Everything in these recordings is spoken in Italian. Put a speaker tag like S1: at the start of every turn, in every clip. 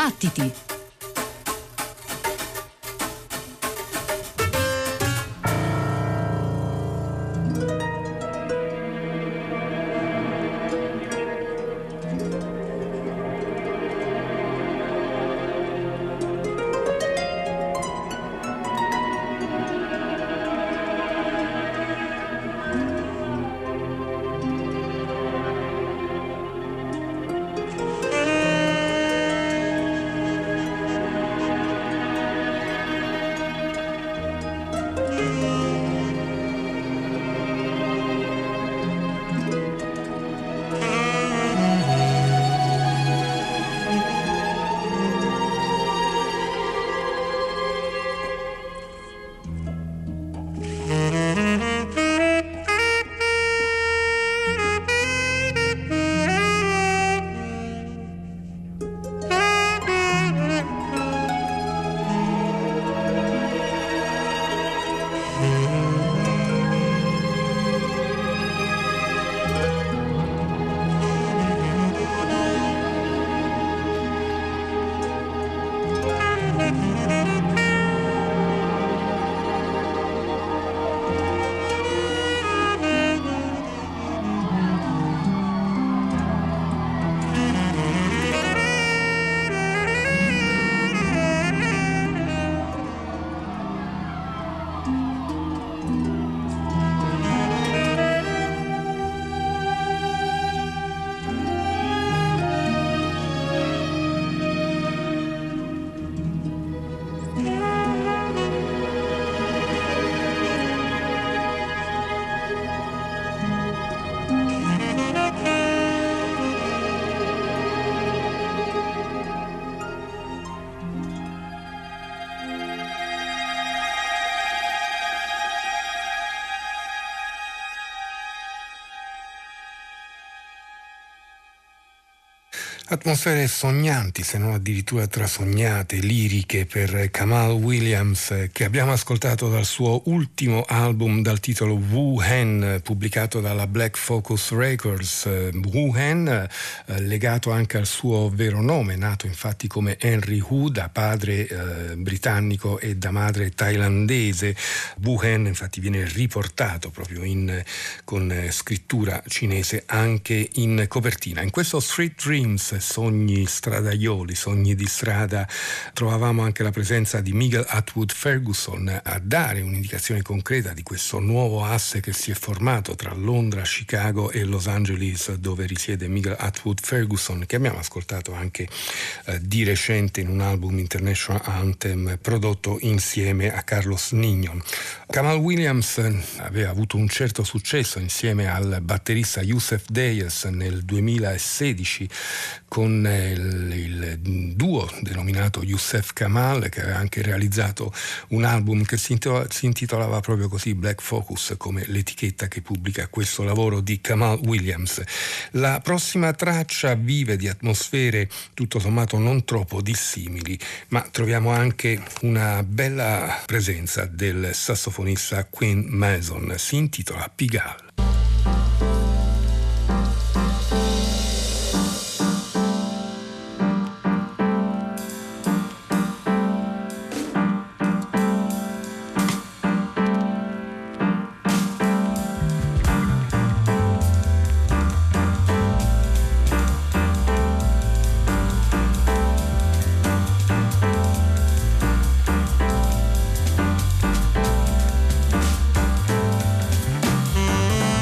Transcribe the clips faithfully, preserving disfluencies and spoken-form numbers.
S1: Battiti!
S2: Atmosfere sognanti, se non addirittura trasognate, liriche per Kamal Williams, che abbiamo ascoltato dal suo ultimo album dal titolo Wu Hen, pubblicato dalla Black Focus Records. Wu Hen, eh, legato anche al suo vero nome, nato infatti come Henry Wu, da padre eh, britannico e da madre thailandese. Wu Hen infatti viene riportato proprio in, con eh, scrittura cinese anche in copertina. In questo Street Dreams, sogni stradaioli, sogni di strada, trovavamo anche la presenza di Miguel Atwood Ferguson a dare un'indicazione concreta di questo nuovo asse che si è formato tra Londra, Chicago e Los Angeles, dove risiede Miguel Atwood Ferguson, che abbiamo ascoltato anche eh, di recente in un album International Anthem prodotto insieme a Carlos Nino. Kamal Williams aveva avuto un certo successo insieme al batterista Yusef Deyes nel duemilasedici con il, il duo denominato Yusef Kamal, che aveva anche realizzato un album che si intitolava, si intitolava proprio così, Black Focus, come l'etichetta che pubblica questo lavoro di Kamal Williams. La prossima traccia vive di atmosfere tutto sommato non troppo dissimili, ma troviamo anche una bella presenza del sassofonista Quinn Mason. Si intitola Pigalle.
S3: Thank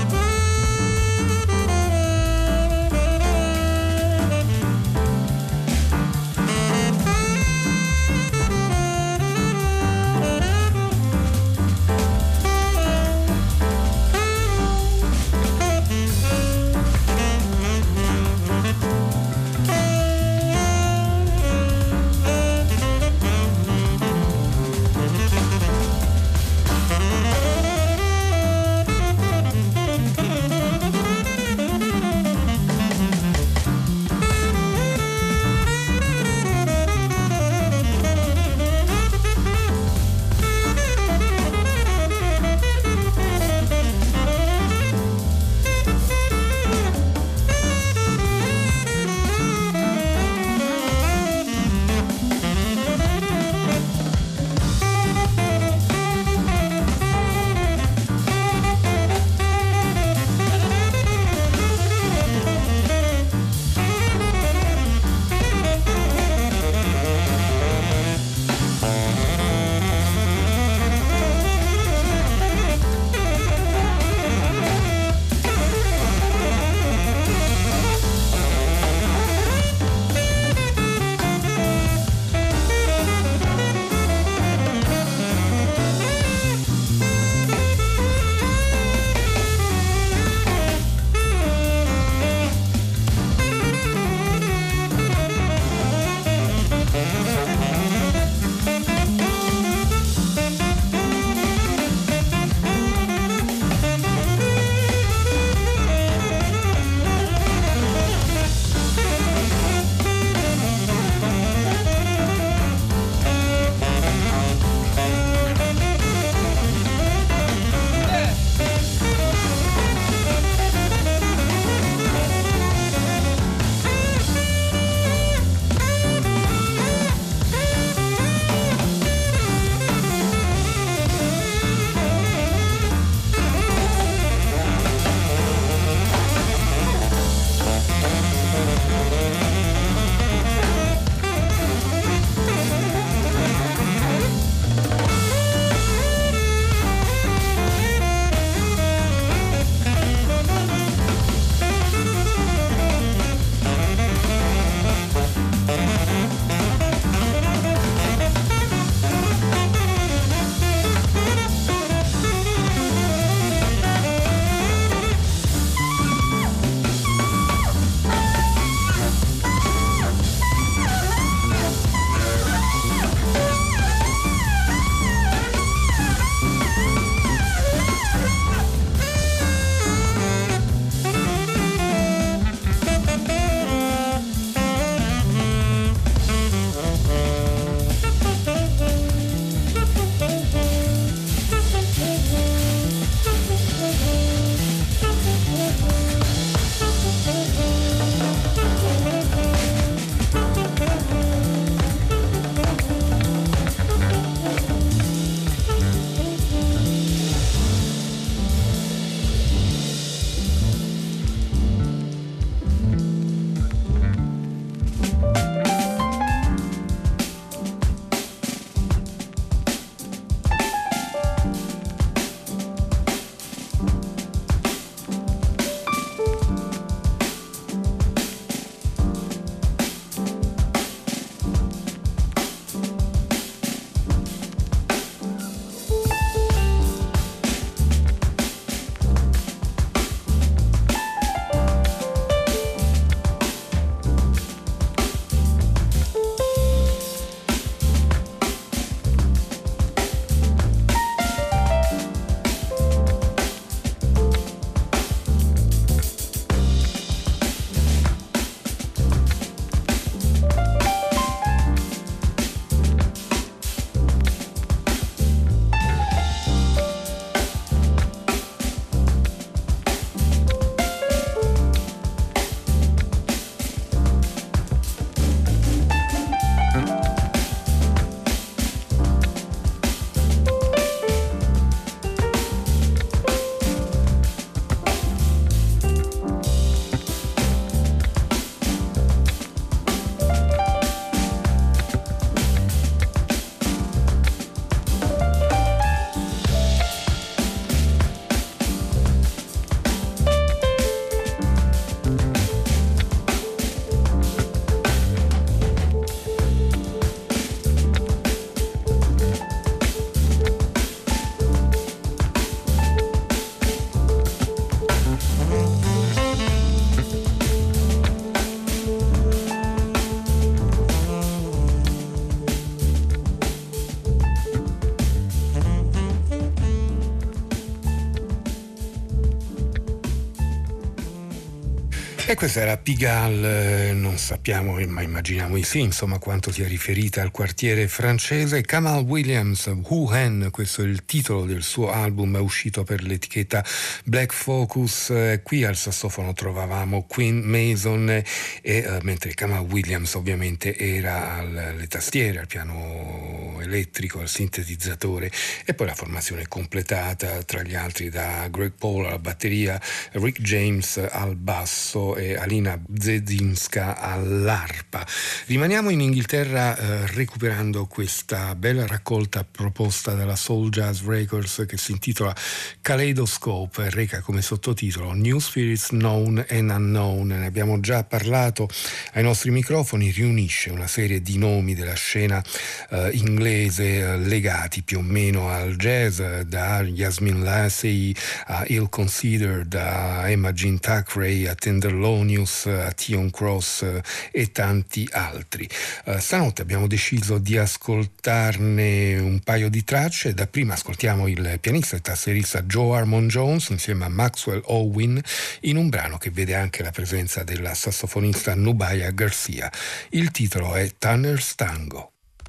S2: E questa era Pigalle, non sappiamo, ma immaginiamo di sì, insomma, quanto sia riferita al quartiere francese. Kamal Williams, Who Hen, questo è il titolo del suo album, è uscito per l'etichetta Black Focus. Qui al sassofono trovavamo Quinn Mason, e eh, mentre Kamal Williams ovviamente era alle tastiere, al piano elettrico, al sintetizzatore, e poi la formazione completata tra gli altri da Greg Paul alla batteria, Rick James al basso e Alina Zedzinska all'arpa. Rimaniamo in Inghilterra eh, recuperando questa bella raccolta proposta dalla Soul Jazz Records che si intitola Kaleidoscope e reca come sottotitolo New Spirits Known and Unknown. Ne abbiamo già parlato ai nostri microfoni, riunisce una serie di nomi della scena eh, inglese eh, legati più o meno al jazz, da Yasmin Lassey a Ill Considered, da Emma Jean Thackeray a Tenderlonius, a Tion Cross e tanti altri. Uh, stanotte abbiamo deciso di ascoltarne un paio di tracce. Da prima ascoltiamo il pianista e tastierista Joe Harmon Jones insieme a Maxwell Owen in un brano che vede anche la presenza della sassofonista Nubia Garcia. Il titolo è Tanner's Tango.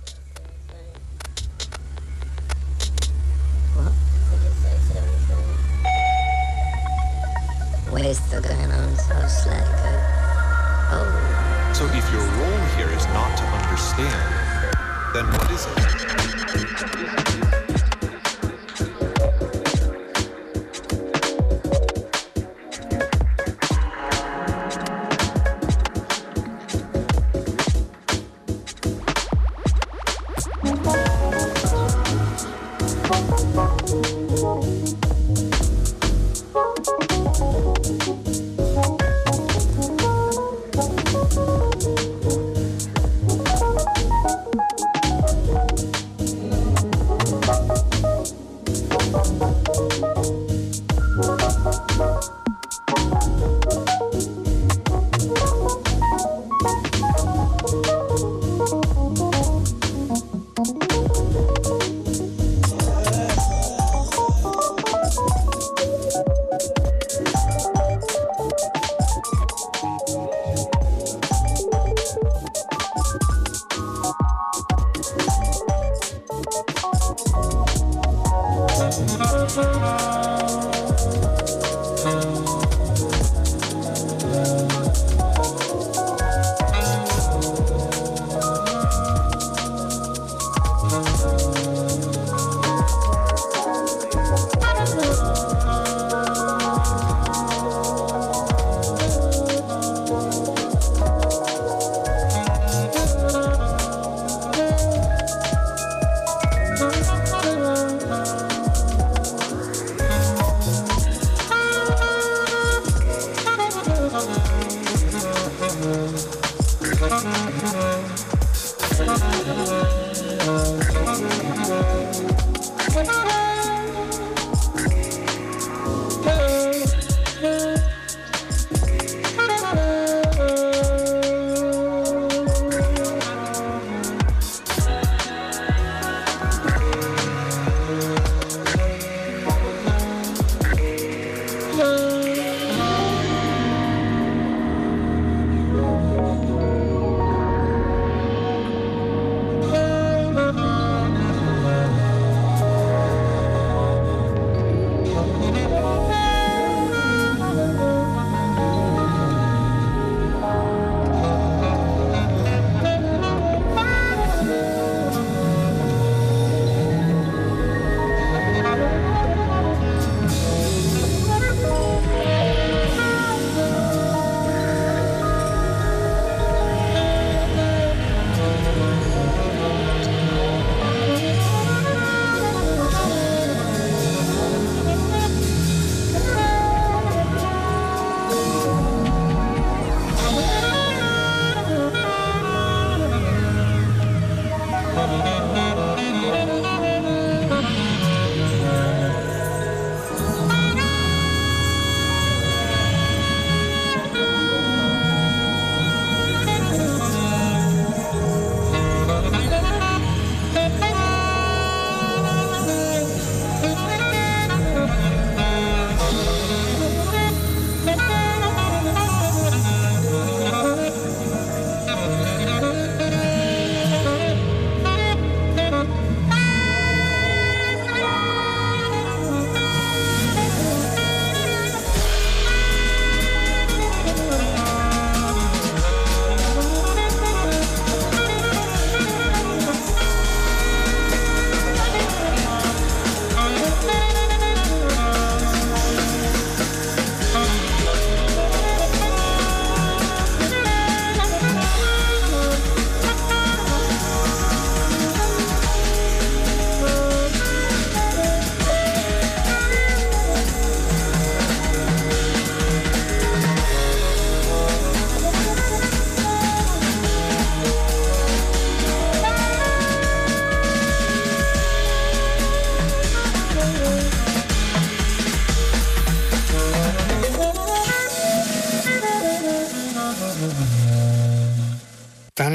S1: What is still going on so slack? Oh.
S3: So if your role here is not to understand, then what is it?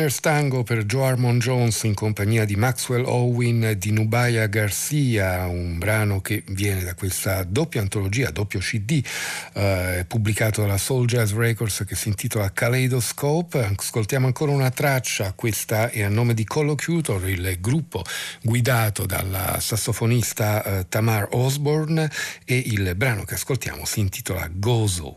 S2: Lover's Tango per Joe Armon Jones in compagnia di Maxwell Owen di Nubia Garcia, un brano che viene da questa doppia antologia, doppio C D eh, pubblicato dalla Soul Jazz Records, che si intitola Kaleidoscope. Ascoltiamo ancora una traccia, questa è a nome di Collocutor, il gruppo guidato dalla sassofonista eh, Tamar Osborne, e il brano che ascoltiamo si intitola Gozo.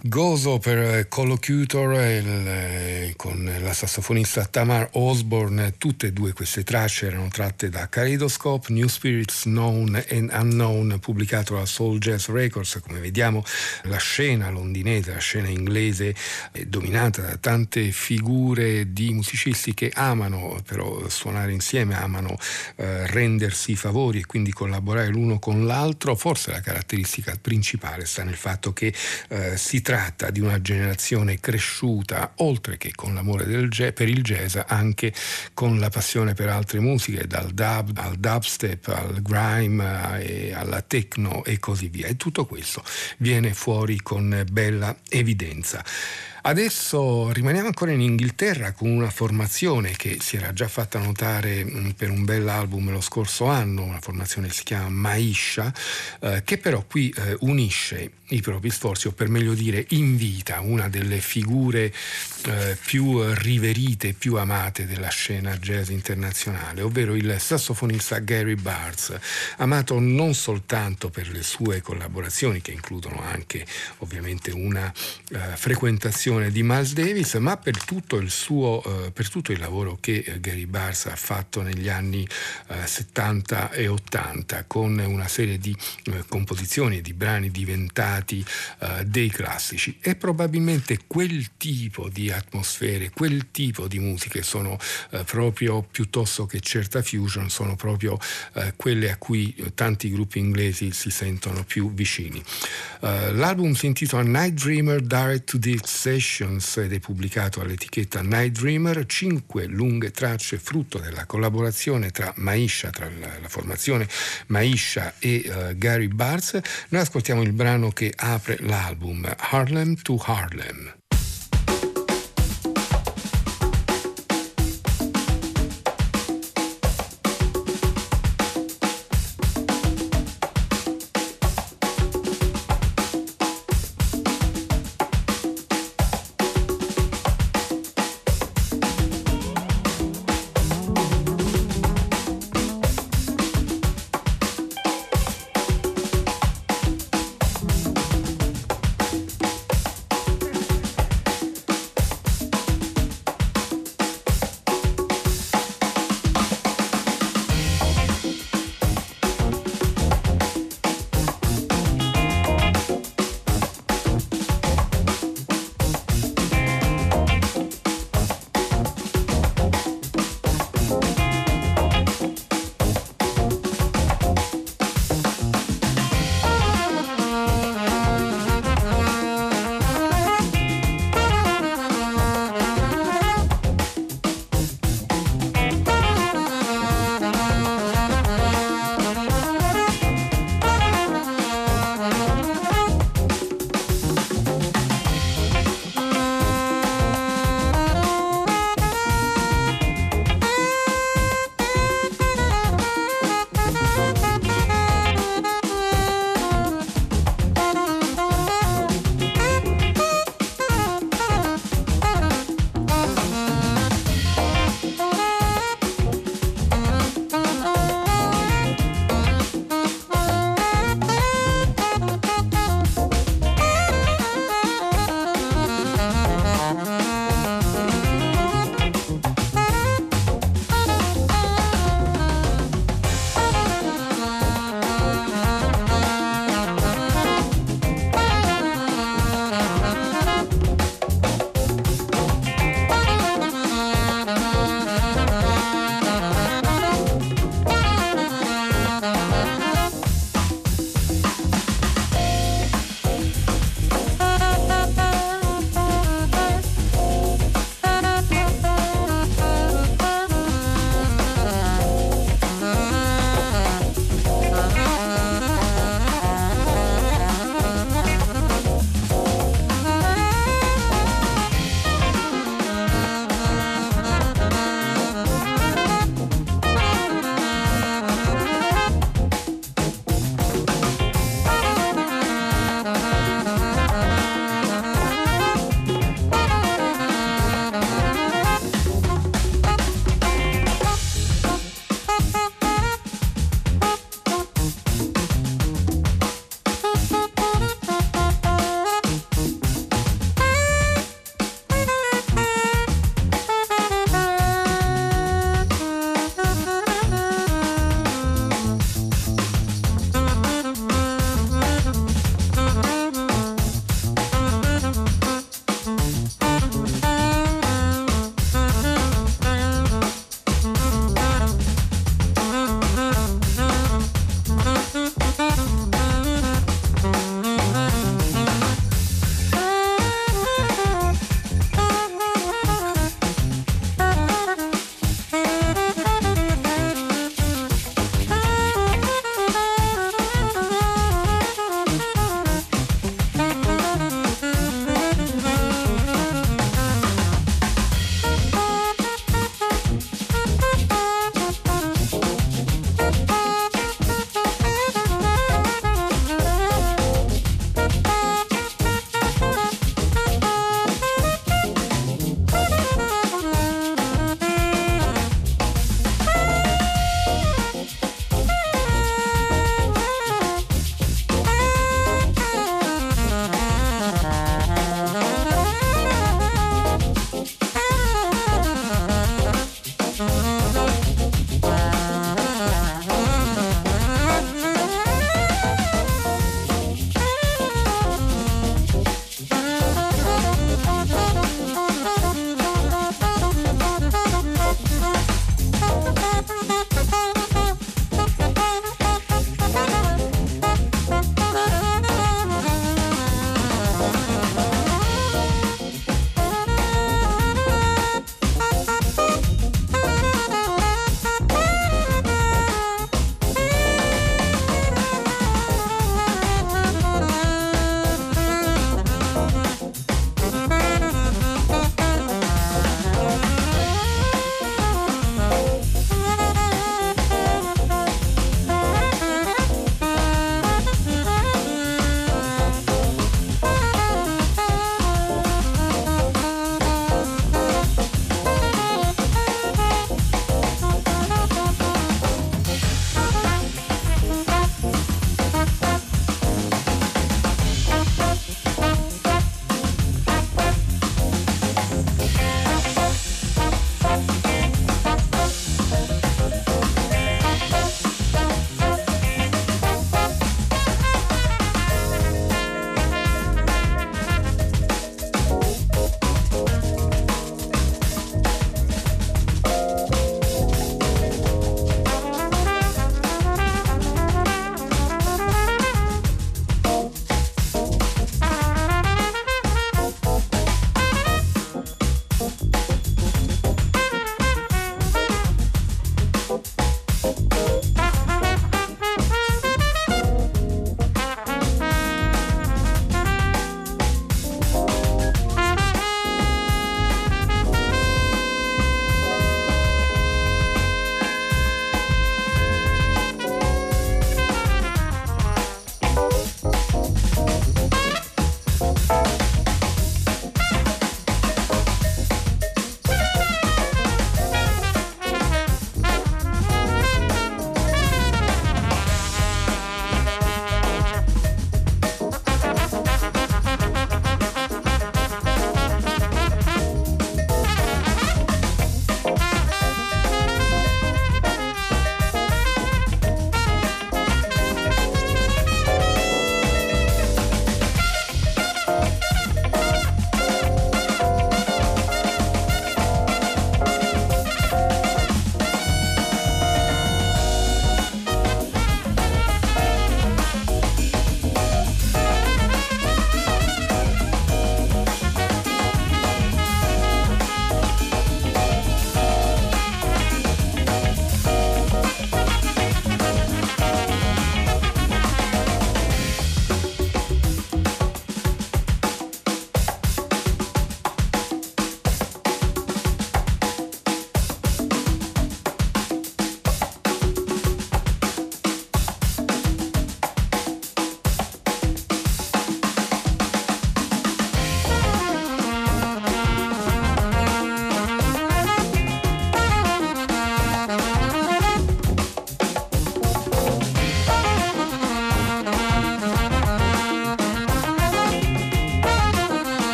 S2: Gozo per Collocutor il, con la sassofonista Tamar Osborne. Tutte e due queste tracce erano tratte da Kaleidoscope, New Spirits Known and Unknown, pubblicato da Soul Jazz Records. Come vediamo, la scena londinese, la scena inglese è dominata da tante figure di musicisti che amano però suonare insieme, amano eh, rendersi favori e quindi collaborare l'uno con l'altro. Forse la caratteristica principale sta nel fatto che eh, si tratta di una generazione cresciuta, oltre che con l'amore del jazz, per il jazz, anche con la passione per altre musiche, dal dub al dubstep, al grime e alla techno e così via. E tutto questo viene fuori con bella evidenza. Adesso rimaniamo ancora in Inghilterra con una formazione che si era già fatta notare mh, per un bell'album lo scorso anno, una formazione che si chiama Maisha, eh, che però qui eh, unisce i propri sforzi, o per meglio dire invita una delle figure eh, più riverite, più amate della scena jazz internazionale, ovvero il sassofonista Gary Bartz, amato non soltanto per le sue collaborazioni, che includono anche ovviamente una eh, frequentazione di Miles Davis, ma per tutto il suo eh, per tutto il lavoro che eh, Gary Bartz ha fatto negli anni eh, settanta e ottanta, con una serie di eh, composizioni e di brani diventati eh, dei classici. E probabilmente quel tipo di atmosfere, quel tipo di musiche sono eh, proprio, piuttosto che certa fusion, sono proprio eh, quelle a cui tanti gruppi inglesi si sentono più vicini. Uh, l'album si intitola Night Dreamer Direct to Deep Sessions ed è pubblicato all'etichetta Night Dreamer. Cinque lunghe tracce frutto della collaborazione tra Maisha, tra la, la formazione Maisha e uh, Gary Bartz. Noi ascoltiamo il brano che apre l'album, Harlem to Harlem.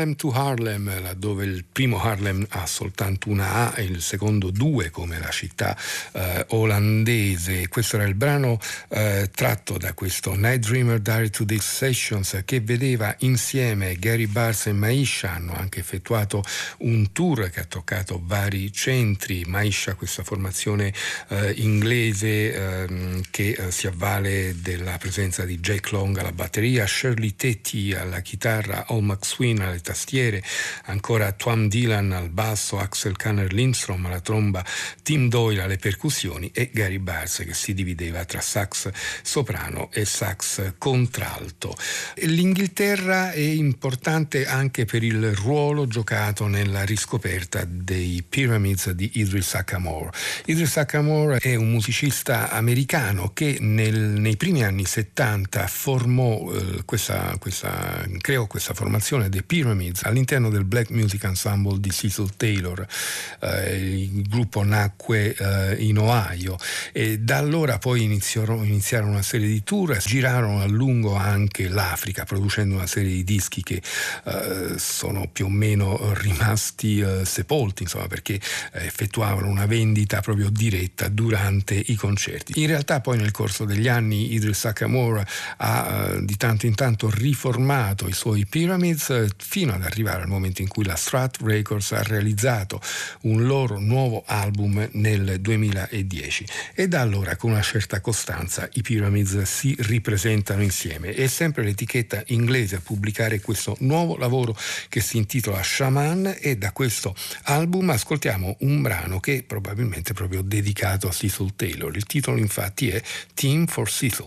S2: Harlem to Harlem, laddove il primo Harlem ha soltanto una A e il secondo due, come la città eh, olandese. Questo era il brano eh, tratto da questo Night Dreamer Diary to These Sessions, che vedeva insieme Gary Bartz e Maisha. Hanno anche effettuato un tour che ha toccato vari centri. Maisha, questa formazione eh, inglese eh, che eh, si avvale della presenza di Jake Long alla batteria, Shirley Tetty alla chitarra, Al McSween alle tastiere, ancora Twam Dillon al basso, Axel Kanner Lindstrom alla tromba, Tim Doyle alle percussioni e Gary Bartz che si divideva tra sax soprano e sax contralto. L'Inghilterra è importante anche per il ruolo giocato nella riscoperta dei Pyramids di Idris Ackamore. Idris Ackamore è un musicista americano che nel, nei primi anni settanta formò eh, questa, questa, creò questa formazione dei Pyramids all'interno del Black Music Ensemble di Cecil Taylor. Eh, il gruppo nacque eh, in Ohio e da allora poi iniziarono, iniziarono una serie di tour, girarono a lungo anche l'Africa producendo una serie di dischi che eh, sono più o meno rimasti eh, sepolti, insomma, perché eh, effettuavano una vendita proprio diretta durante i concerti. In realtà poi nel corso degli anni Idris Ackamore ha eh, di tanto in tanto riformato i suoi Pyramids eh, fino ad arrivare al momento in cui la Strat Records ha realizzato un loro nuovo album nel duemiladieci e da allora con una certa costanza i Pyramids si ripresentano insieme. È sempre l'etichetta inglese a pubblicare questo nuovo lavoro che si intitola Shaman e da questo album ascoltiamo un brano che è probabilmente proprio dedicato a Cecil Taylor. Il titolo infatti è Team for Cecil.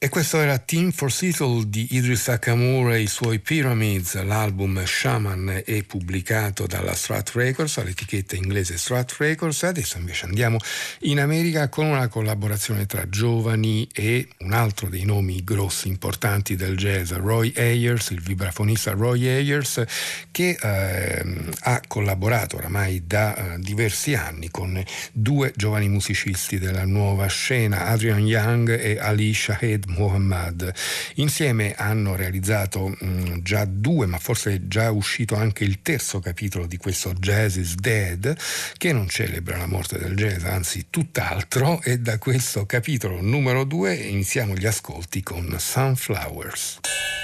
S2: E questo era Team for Seattle di Idris Nakamura e i suoi Pyramids. L'album Shaman è pubblicato dalla Strat Records, all'etichetta inglese Strat Records. Adesso invece andiamo in America con una collaborazione tra giovani e un altro dei nomi grossi importanti del jazz, Roy Ayers, il vibrafonista Roy Ayers, che eh, ha collaborato oramai da eh, diversi anni con due giovani musicisti della nuova scena, Adrian Young e Ali Shaheed Muhammad. Insieme hanno realizzato mh, già due, ma forse è già uscito anche il terzo capitolo di questo Jazz is Dead, che non celebra la morte del jazz, anzi tutt'altro, e da questo capitolo numero due iniziamo gli ascolti con Sunflowers.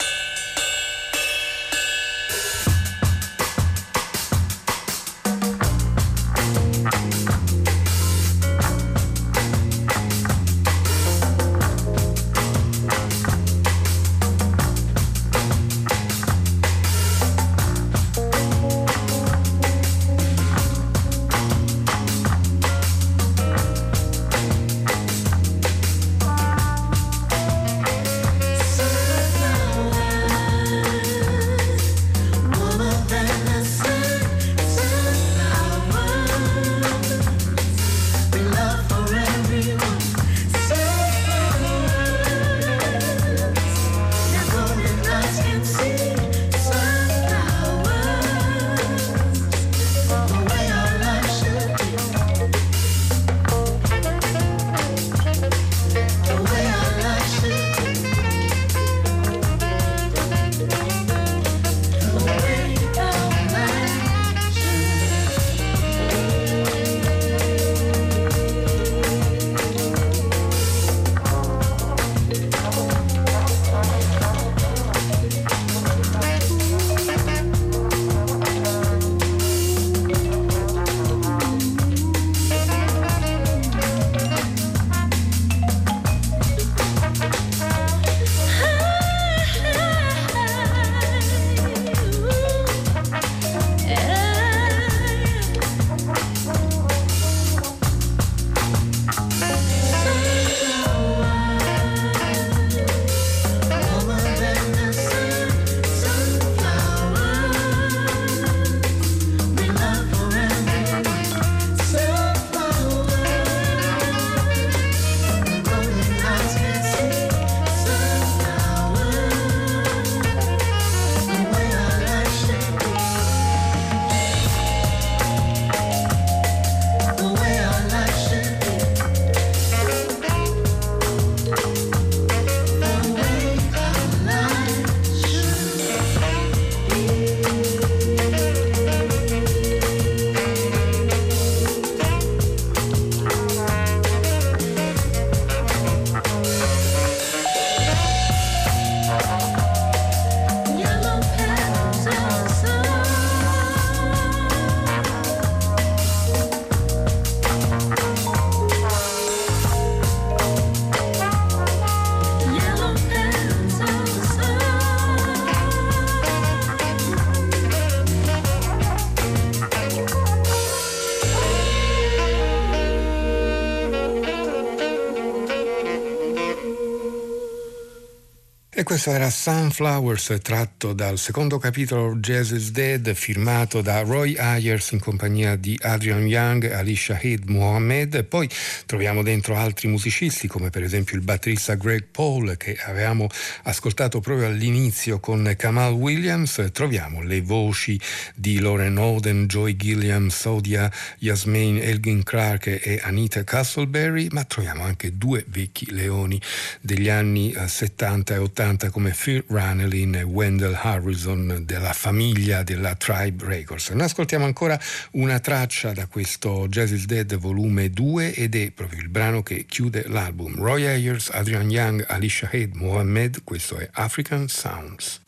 S2: E questo era Sunflowers, tratto dal secondo capitolo Jazz is Dead, firmato da Roy Ayers in compagnia di Adrian Young e Ali Shaheed Muhammad. E poi troviamo dentro altri musicisti, come per esempio il batterista Greg Paul, che avevamo ascoltato proprio all'inizio con Kamal Williams. Troviamo le voci di Lauren Oden, Joy Gilliam, Sodia Yasmin, Elgin Clark e Anita Castleberry, ma troviamo anche due vecchi leoni degli anni settanta e ottanta come Phil Ranelin e Wendell Harrison, della famiglia della Tribe Records. Noi ascoltiamo ancora una traccia da questo Jazz is Dead volume due ed è proprio il brano che chiude l'album. Roy Ayers, Adrian Young, Ali Shaheed Muhammad, questo è African Sounds.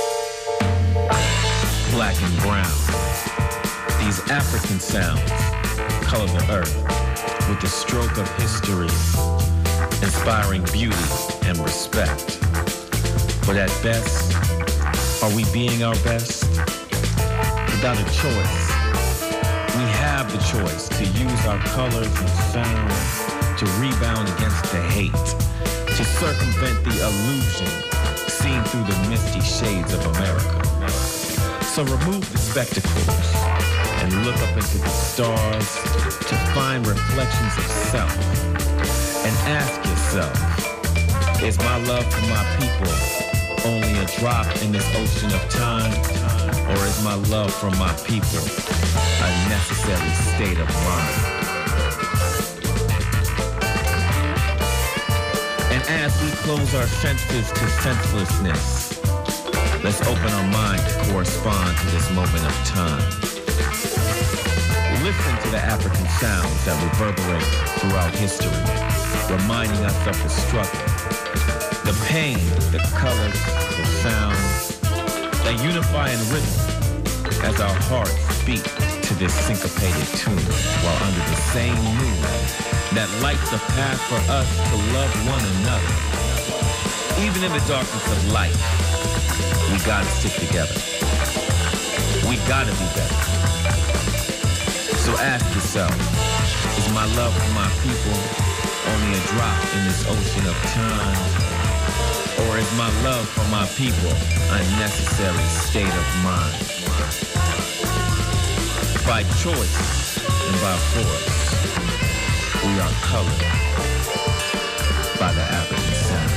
S4: African sounds. color the earth with the stroke of history, inspiring beauty and respect. But at best, are we being our best? Without a choice, we have the choice to use our colors and sounds to rebound against the hate, to circumvent the illusion seen through the misty shades of America. So remove the spectacles and look up into the stars to find reflections of self. And ask yourself, is my love for my people only a drop in this ocean of time? Or is my love for my people a necessary state of mind? And as we close our senses to senselessness, let's open our mind to correspond to this moment of time. Listen to the African sounds that reverberate throughout history, reminding us of the struggle, the pain, the colors, the sounds that unify in rhythm as our hearts beat to this syncopated tune while under the same moon that lights the path for us to love one another. Even in the darkness of life, we gotta stick together. We gotta be better. So ask yourself, is my love for my people only a drop in this ocean of time? Or is my love for my people a necessary state of mind? By choice and by force, we are colored by the African sound.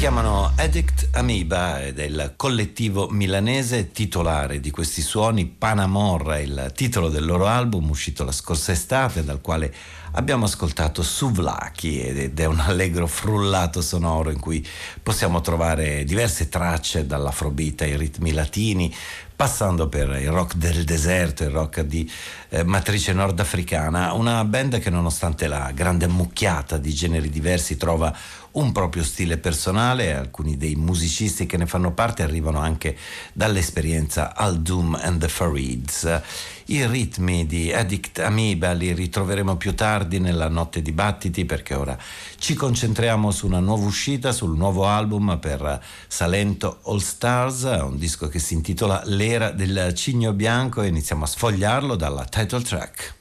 S5: chiamano Addict Amoeba ed è il collettivo milanese titolare di questi suoni. Panamorra è il titolo del loro album uscito la scorsa estate, dal quale abbiamo ascoltato Souvlaki, ed è un allegro frullato sonoro in cui possiamo trovare diverse tracce dall'afrobeat ai ritmi latini, passando per il rock del deserto, il rock di eh, matrice nordafricana. Una band che, nonostante la grande ammucchiata di generi diversi, trova un proprio stile personale. Alcuni dei musicisti che ne fanno parte arrivano anche dall'esperienza Al Doom and the Farids. I ritmi di Addict Amoeba li ritroveremo più tardi nella Notte di Battiti, perché ora ci concentriamo su una nuova uscita, sul nuovo album per Salento All Stars, un disco che si intitola L'era del cigno bianco, e iniziamo a sfogliarlo dalla title track.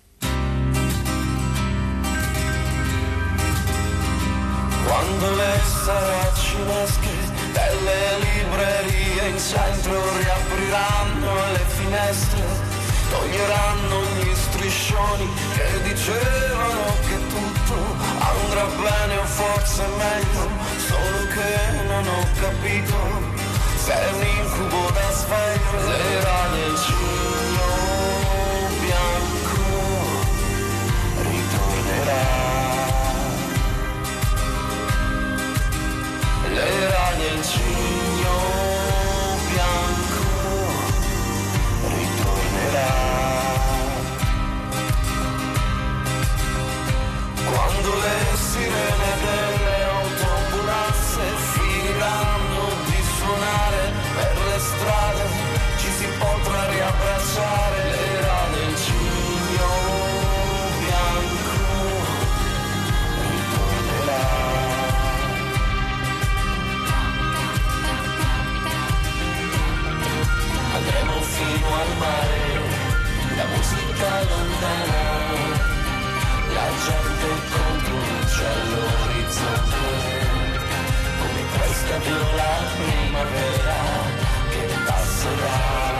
S6: Quando le saracinesche delle librerie in centro riapriranno le finestre, toglieranno gli striscioni che dicevano che tutto andrà bene o forse meglio, solo che non ho capito se è un incubo da sveglio. L'era del cigno bianco ritornerà. L'era del cigno bianco ritornerà. Quando le sirene delle autobulasse finiranno di suonare per le strade, ci si potrà riabbracciare. L'era del cigno bianco ritornerà. Andremo fino al mare, la musica lontana, la gente contro un cielo orizzonte, come questa viola primavera che passerà.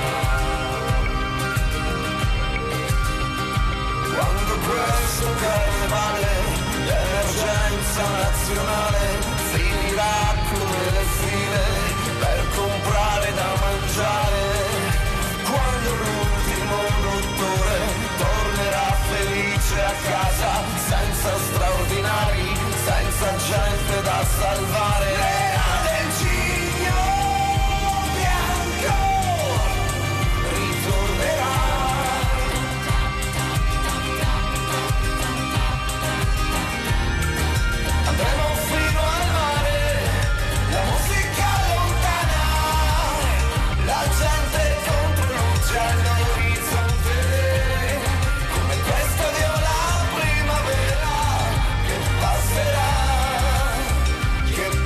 S6: Quando questo carnevale, l'emergenza nazionale finirà come le file per comprare da mangiare, quando l'ultimo dottore tornerà felice a casa, senza straordinari, senza gente da salvare. L'era del cigno bianco ritornerà. Andremo fino al mare, la musica lontana, la gente contro luce all'orizzonte, come questa viola primavera che passerà, che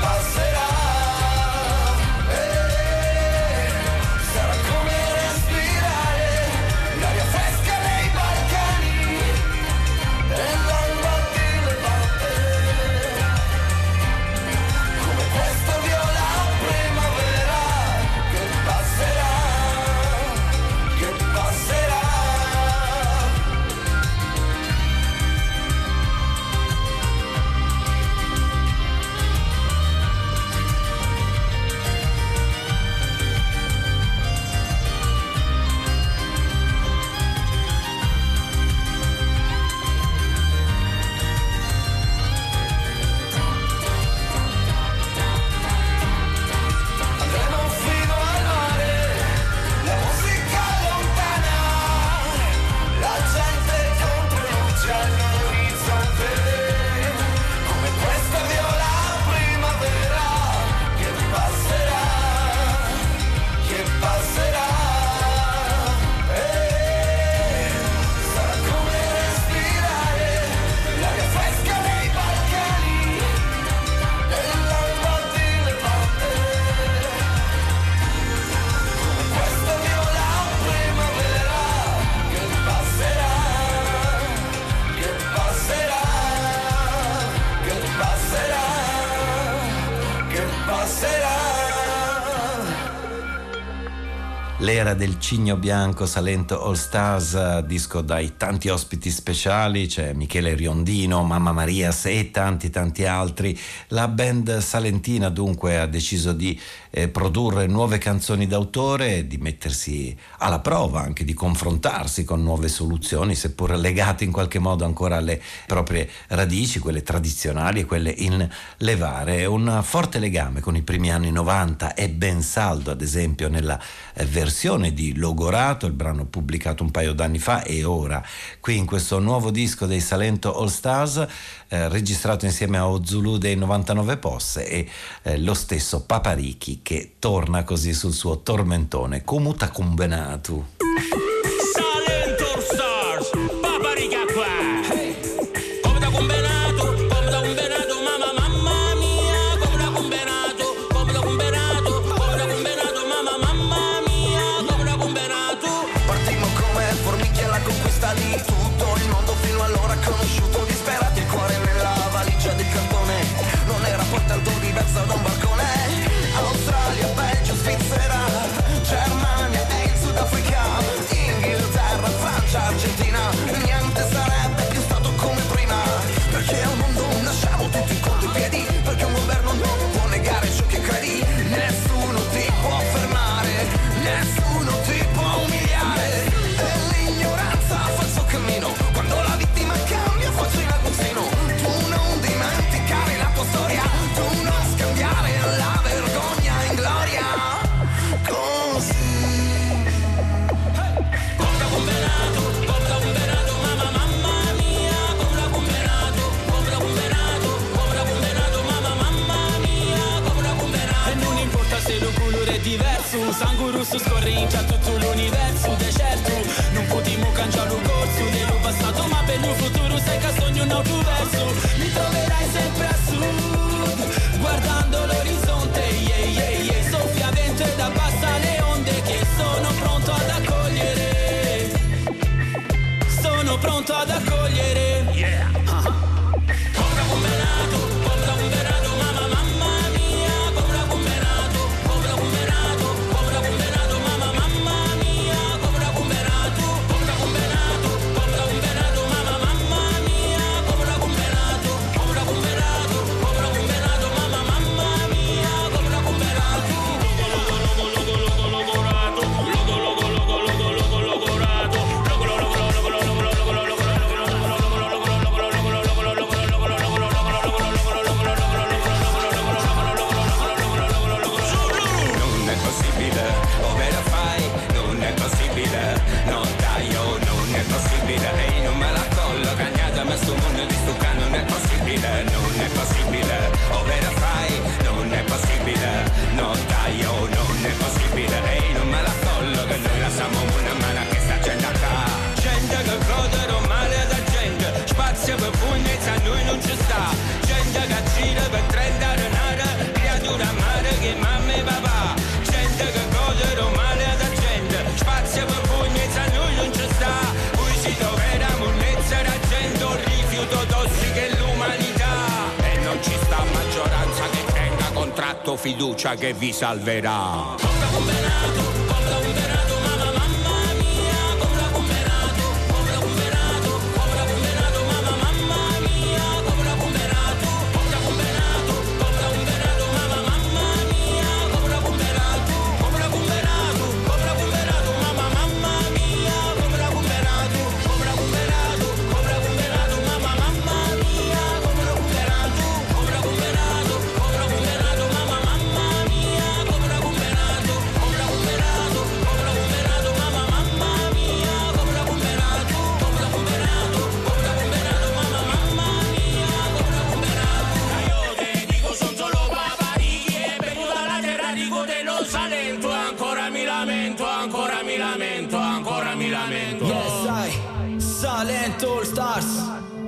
S5: l'era del Cigno Bianco, Salento All Stars, disco dai tanti ospiti speciali, c'è Michele Riondino, Mamma Marias e tanti tanti altri. La band salentina dunque ha deciso di eh, produrre nuove canzoni d'autore, di mettersi alla prova, anche di confrontarsi con nuove soluzioni, seppur legate in qualche modo ancora alle proprie radici, quelle tradizionali e quelle in levare. Un forte legame con i primi anni novanta è ben saldo, ad esempio nella eh, versione di Logorato, il brano pubblicato un paio d'anni fa, e ora qui in questo nuovo disco dei Salento All Stars, eh, registrato insieme a Ozulu dei novantanove Posse e eh, lo stesso Paparichi, che torna così sul suo tormentone Comuta Cumbenatu.
S7: Salento All Stars, Paparica qua. Hey. Comuta Cumbenatu, Comuta Cumbenatu, mamma mamma mia, Comuta Cumbenatu, Comuta Cumbenatu, Comuta Cumbenatu, mamma mamma mia, Comuta Cumbenatu.
S6: Partimmo come formiche alla conquista di tutto il mondo fino allora conosciuto, disperati il cuore nella valigia di cartone, non era poi tanto diverso da un balcone. Australia, Belgio, Svizzera, Germania e il Sudafrica, Inghilterra, Francia, Argentina, niente sarebbe più stato come prima, perché al mondo nasciamo tutti con due piedi, perché un governo non può negare ciò che credi, nessuno ti può fermare, nessuno ti può umiliare, e l'ignoranza fa il suo cammino, quando la vittima cambia faccio in aguzzino, tu non dimenticare la tua storia, tu non scambiare la vergogna in gloria, così.
S7: Comuta Cumbenatu, Comuta Cumbenatu, mamma mamma mia, Comuta Cumbenatu, Comuta Cumbenatu, Comuta Cumbenatu, mamma mamma mia, Comuta Cumbenatu.
S8: E non importa se lo colore è diverso, sangue rosso scorre in già tutto l'universo, de certo non potremo cambiare lo corso dello passato, ma per il futuro sai che sogno un altro verso, mi troverai sempre a sud, guardando l'orizzonte, yeah, yeah, yeah. Soffia vento ed abbassa le onde che sono pronto ad accogliere, sono pronto ad accogliere, yeah.
S7: Comuta Cumbenatu, Comuta Cumbenatu, mamma mamma mia, Comuta Cumbenatu, Comuta Cumbenatu, Comuta Cumbenatu, mamma mamma mia, Comuta Cumbenatu, Comuta Cumbenatu, Comuta Cumbenatu, mamma mamma mia, Comuta Cumbenatu, Comuta Cumbenatu, Comuta Cumbenatu, mamma mamma mia, Comuta Cumbenatu.
S6: Non è possibile, come lo fai? Non è possibile, no dai, oh, non è possibile, ehi non me la collo, cagnata ma sto mondo di sto can, non è possibile, non è possibile, come lo fai? Non è possibile, no dai, oh, non è possibile, ehi non me la collo, che noi la siamo una mano che sta gente qua, gente che godono male da gente, spazio per pugnezza a noi non ci sta, gente che gira per trenta renate, creatura amare che mamma e papà, gente che godono male da gente, spazio per pugnezza a noi non ci sta, poi si dovera monnezza da gente, un rifiuto tossico e l'umanità, e non ci sta maggioranza che tenga contratto fiducia che vi salverà.
S7: Comuta Cumbenatu, Comuta Cumbenatu, mamma mamma mia, Comuta Cumbenatu, Comuta Cumbenatu, Comuta Cumbenatu, mamma mamma mia, Comuta Cumbenatu, Comuta Cumbenatu, Comuta Cumbenatu, mamma mamma mia, Comuta Cumbenatu, Comuta Cumbenatu, Comuta Cumbenatu, mamma mamma mia, Comuta Cumbenatu, Comuta Cumbenatu, Comuta Cumbenatu, mamma mamma mia, Comuta Cumbenatu, Comuta Cumbenatu, Comuta Cumbenatu, mamma mamma mia, Comuta Cumbenatu, Comuta Cumbenatu, Comuta Cumbenatu, mamma mamma mia, Comuta Cumbenatu, Comuta Cumbenatu, Comuta Cumbenatu, mamma mamma mia, Comuta Cumbenatu. Io te dico son solo Paparichi e vengo dalla terra dico dello Salento, ancora mi lamento, ancora mi lamento, ancora mi lamento.
S8: Yes, I, Salento All Stars.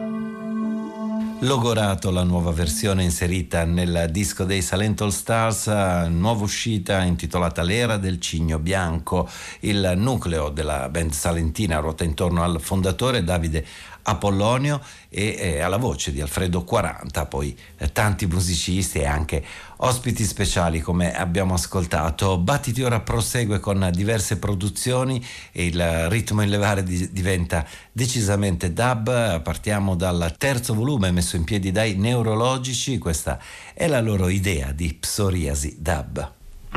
S5: Logorato, la nuova versione inserita nel disco dei Salento All Stars, nuova uscita intitolata L'era del Cigno Bianco. Il nucleo della band salentina ruota intorno al fondatore Davide Apollonio e eh, alla voce di Alfredo quaranta, poi eh, tanti musicisti e anche ospiti speciali come abbiamo ascoltato. Battiti ora prosegue con diverse produzioni e il ritmo in levare di, diventa decisamente dub. Partiamo dal terzo volume messo in piedi dai Neurologici, questa è la loro idea di Psoriasi Dub.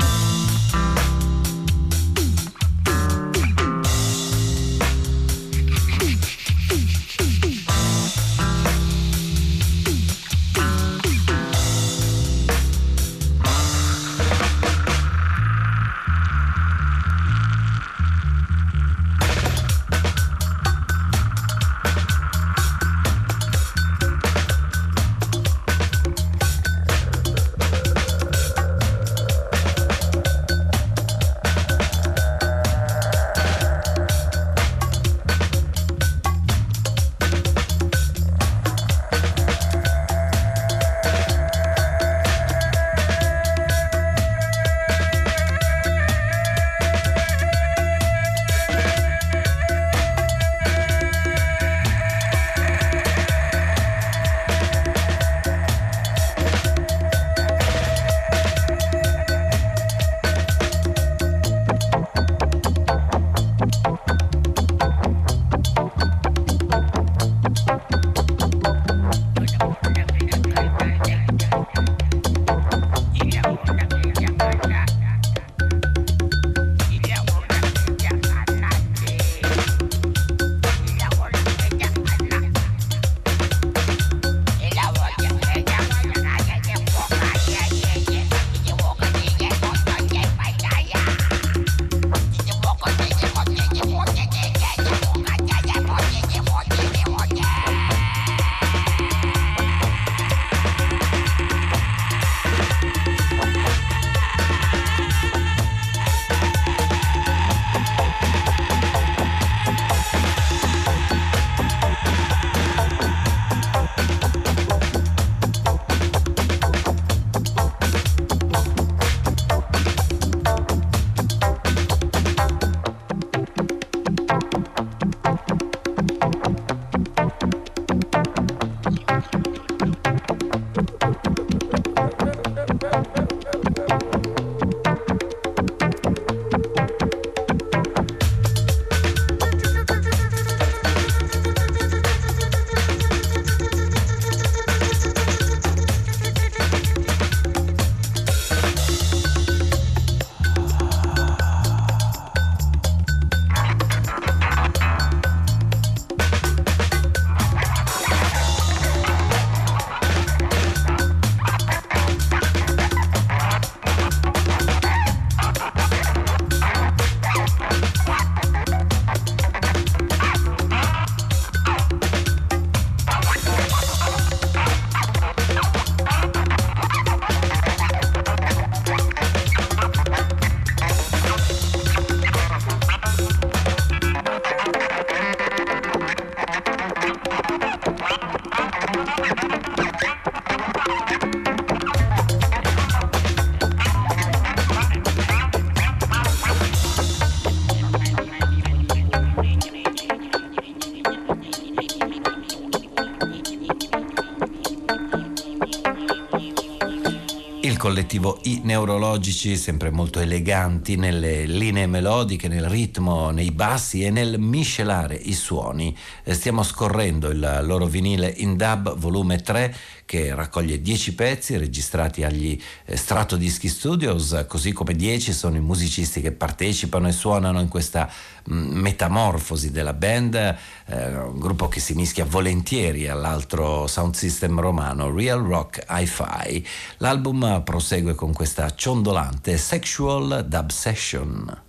S5: collettivo I Neurologici, sempre molto eleganti nelle linee melodiche, nel ritmo, nei bassi e nel miscelare i suoni. Stiamo scorrendo il loro vinile In Dub volume tre, che raccoglie dieci pezzi registrati agli Stratodischi Studios, così come dieci sono i musicisti che partecipano e suonano in questa metamorfosi della band, eh, un gruppo che si mischia volentieri all'altro sound system romano Real Rock Hi-Fi. L'album prosegue con questa ciondolante Sexual Dub Session.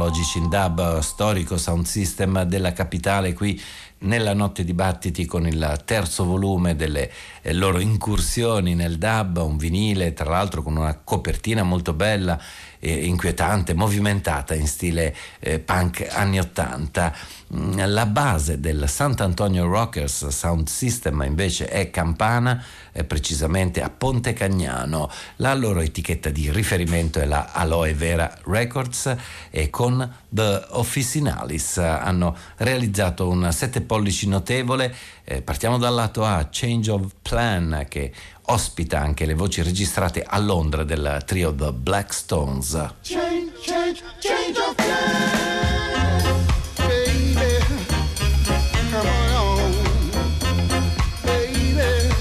S5: Logicin Dub, storico sound system della capitale, qui nella Notte di Battiti con il terzo volume delle eh, loro incursioni nel dub, un vinile tra l'altro con una copertina molto bella e inquietante, movimentata in stile eh, punk anni ottanta. La base del Sant'Antonio Rockers Sound System invece è Campana, eh, precisamente a Ponte Cagnano. La loro etichetta di riferimento è la Aloe Vera Records e con The Officinalis hanno realizzato un sette pollici notevole. Eh, partiamo dal lato A, Change of Plan, che ospita anche le voci registrate a Londra del trio The Black Stones.
S9: Change, change, change of plan, baby, come on home, baby,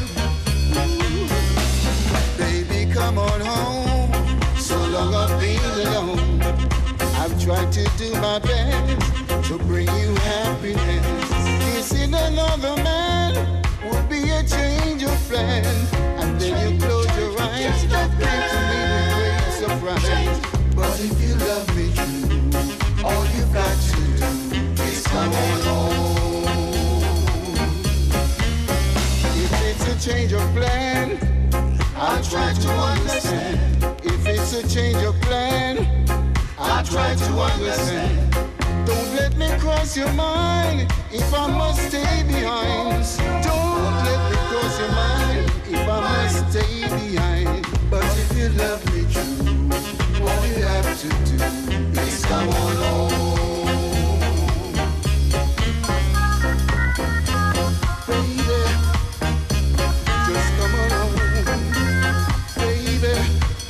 S9: ooh, baby, come on home, so long I've been alone, I've tried to do my best to bring you happiness, kissing another man would be a change of plan. And then you close your eyes, that came to me with great surprise. But if you love me true, all you got to do is come on home. If it's a change of plan, I'll try to understand. If it's a change of plan, I'll try to understand. Don't let me cross your mind if I must stay behind. Don't let me cross your mind if I must stay behind. But if you love me true, all you have to do is come on home. Baby, just come on home. Baby,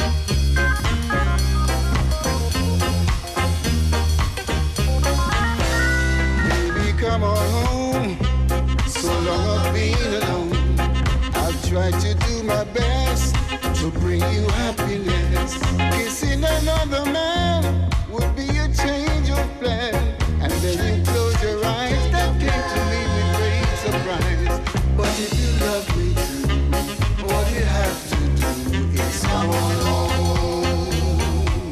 S9: come on home, so long I've been alone. I've tried to do my best to bring you happiness. Kissing another man would be a change of plan. And then you close your eyes, that came to me with great surprise. But if you love me true, all you have to do is come on home.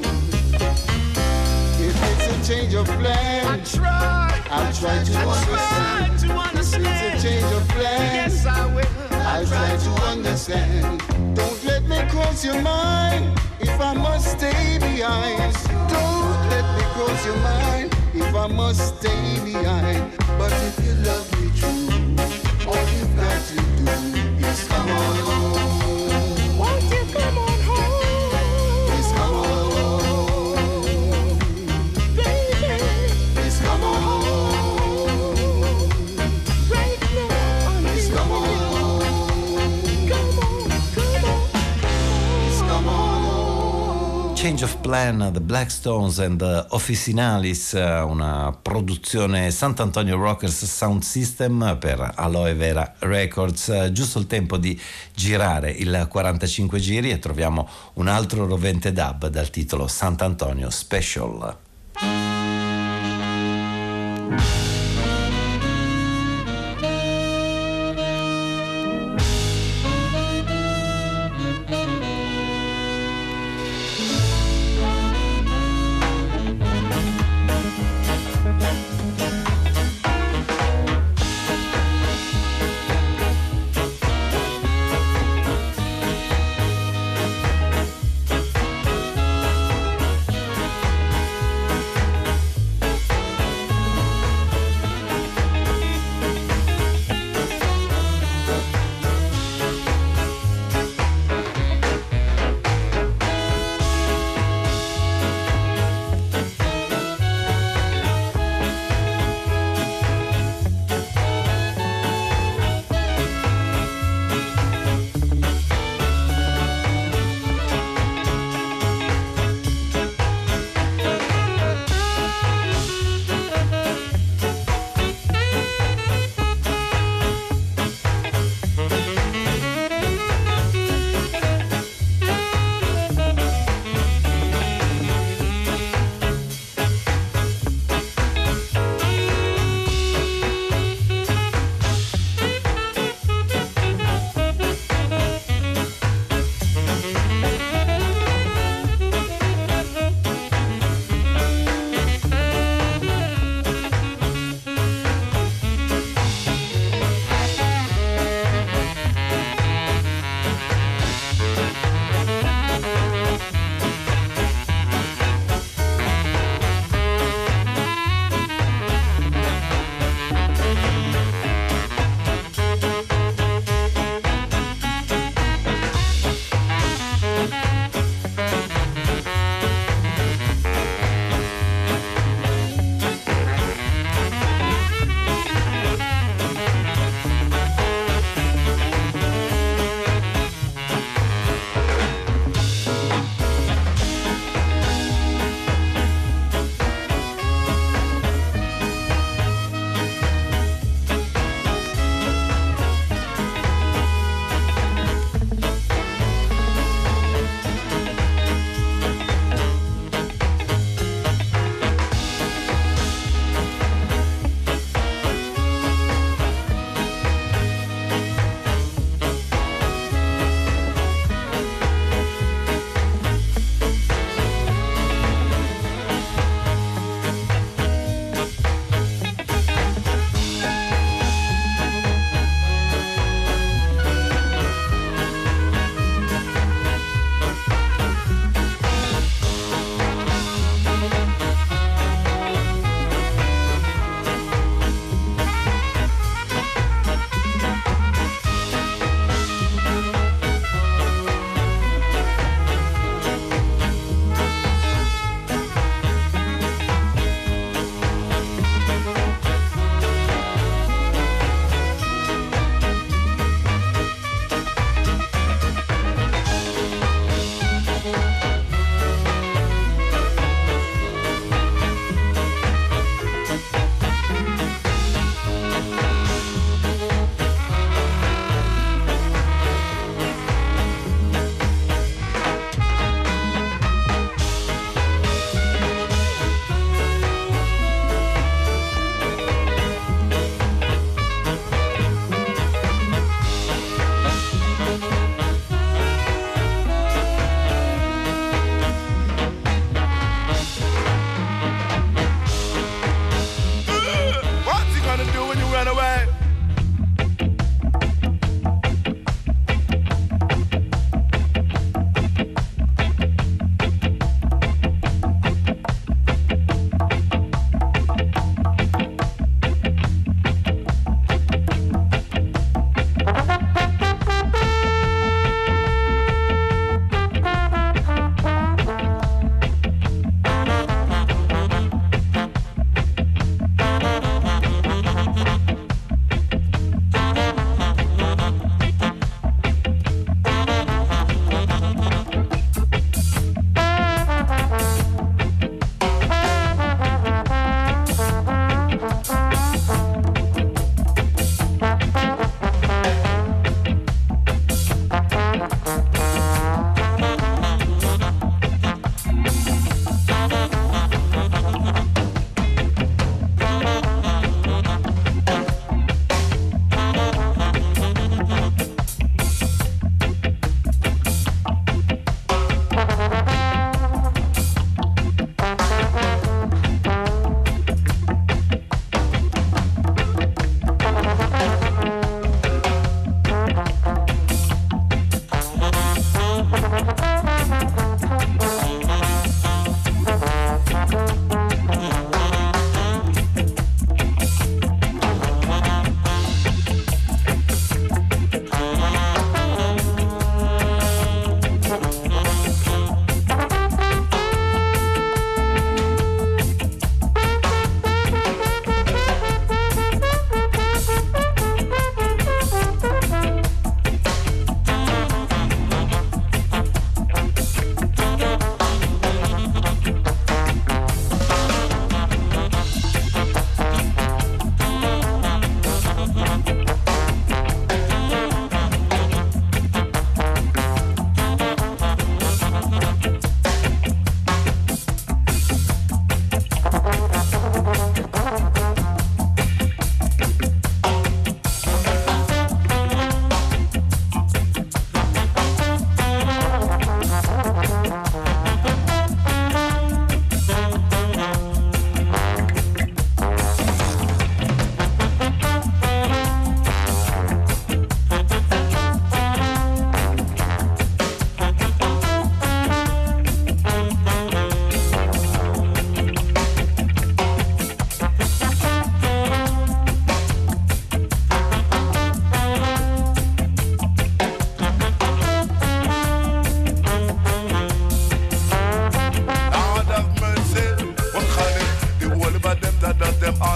S9: If it's a change of plan, I try. I'll try to understand. to understand. It's a change of plan. Yes, I will. I'll try to understand. Don't let me cross your mind if I must stay behind. Don't let me cross your mind if I must stay behind. But if you love me true, all you've got to do is come on home. Won't you come on home? Please come on home. Baby, please come on home.
S5: Change of Plan, The Black Stones and the Officinalis, una produzione Sant'Antonio Rockers Sound System per Aloe Vera Records. Giusto il tempo di girare il quarantacinque giri e troviamo un altro rovente dub dal titolo Sant'Antonio Special.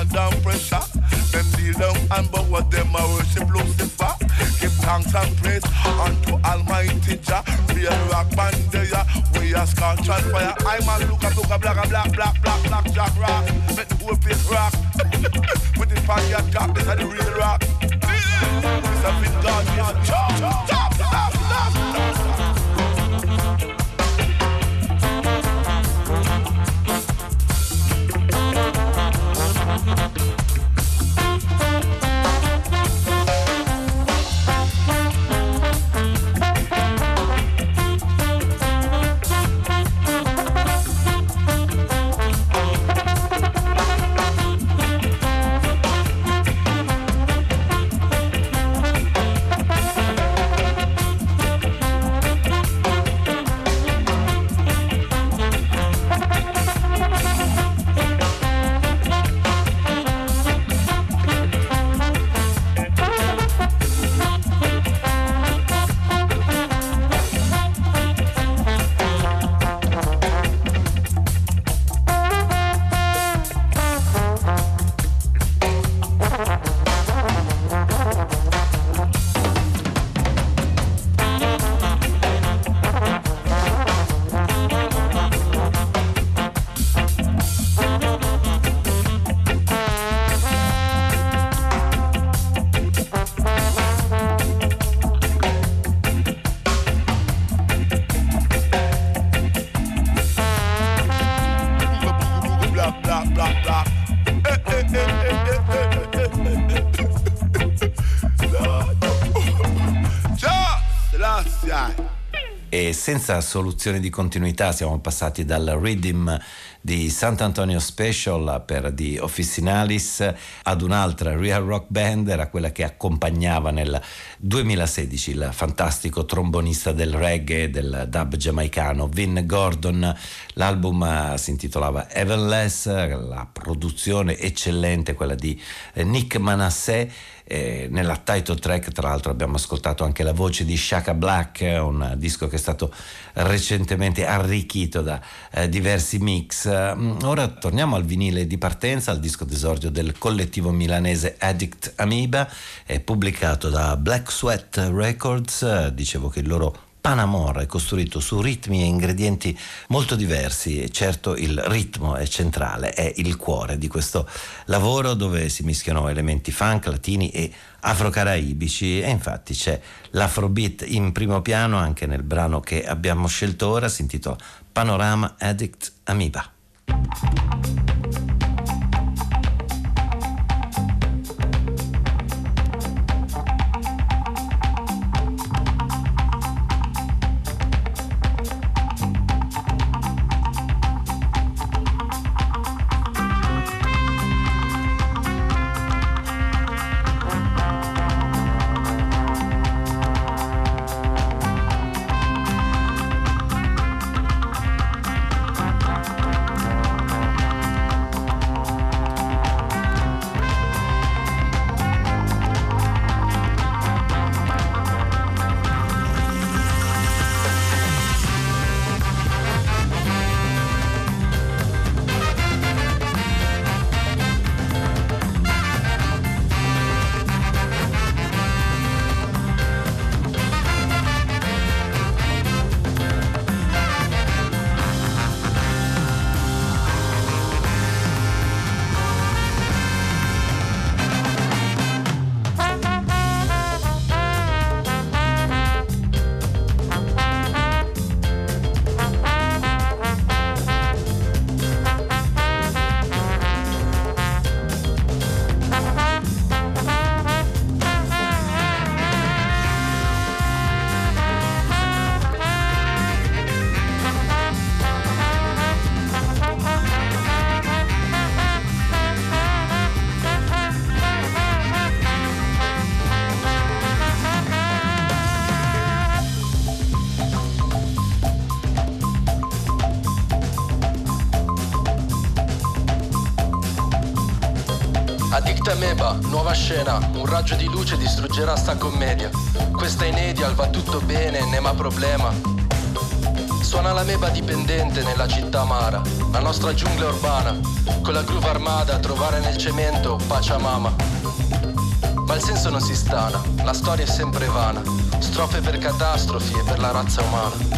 S10: under pressure. Them kneel down and bow what them a worship Lucifer. Give thanks and praise unto Almighty Jah. Real rock band there, we are scorch and fire. I'm a look at look at black and black, black, black, black, Jack rock. Make the whole place rock. With the fire top, this is the real rock. This a big God, this chop, chop, chop, chop, chop.
S5: E senza soluzione di continuità siamo passati dal Rhythm di Sant'Antonio Special per The Officinalis ad un'altra Real Rock Band, era quella che accompagnava nel duemilasedici il fantastico trombonista del reggae, del dub giamaicano Vin Gordon. L'album si intitolava Heavenless, la produzione eccellente, quella di Nick Manasseh. Eh, nella title track tra l'altro abbiamo ascoltato anche la voce di Shaka Black, un disco che è stato recentemente arricchito da eh, diversi mix. Ora torniamo al vinile di partenza, al disco d'esordio del collettivo milanese Addict Amoeba, è pubblicato da Black Sweat Records. Dicevo che il loro Panamor è costruito su ritmi e ingredienti molto diversi e certo il ritmo è centrale, è il cuore di questo lavoro, dove si mischiano elementi funk, latini e afrocaraibici, e infatti c'è l'afrobeat in primo piano anche nel brano che abbiamo scelto ora, si intitola Panorama Addict Amoeba.
S11: Addict Amoeba, nuova scena, un raggio di luce distruggerà sta commedia. Questa inedial va tutto bene, nema problema. Suona la meba dipendente nella città amara, la nostra giungla urbana, con la groove armata a trovare nel cemento Pachamama. Ma il senso non si stana, la storia è sempre vana, strofe per catastrofi e per la razza umana.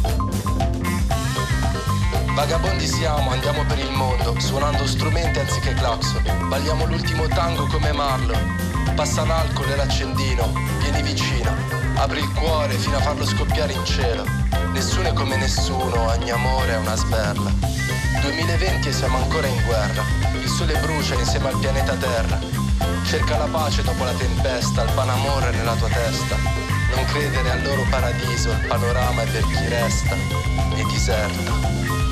S11: Vagabondi siamo, andiamo per il mondo, suonando strumenti anziché clacson. Balliamo l'ultimo tango come Marlon. Passa l'alcol e l'accendino, vieni vicino, apri il cuore fino a farlo scoppiare in cielo. Nessuno è come nessuno, ogni amore è una sberla. duemilaventi e siamo ancora in guerra, il sole brucia insieme al pianeta Terra. Cerca la pace dopo la tempesta, il panamore è nella tua testa. Non credere al loro paradiso, il panorama è per chi resta e diserta.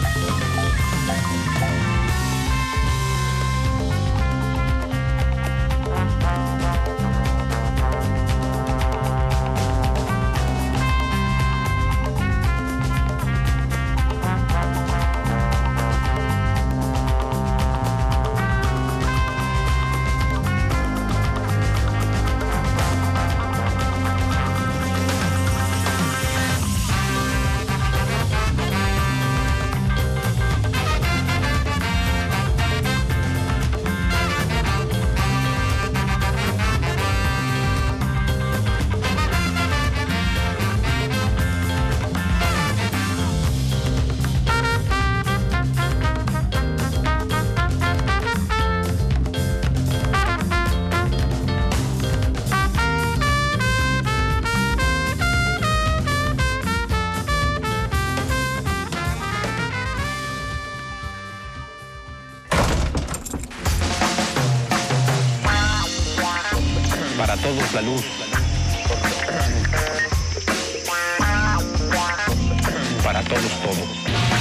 S12: Para todos la luz. Para todos todo.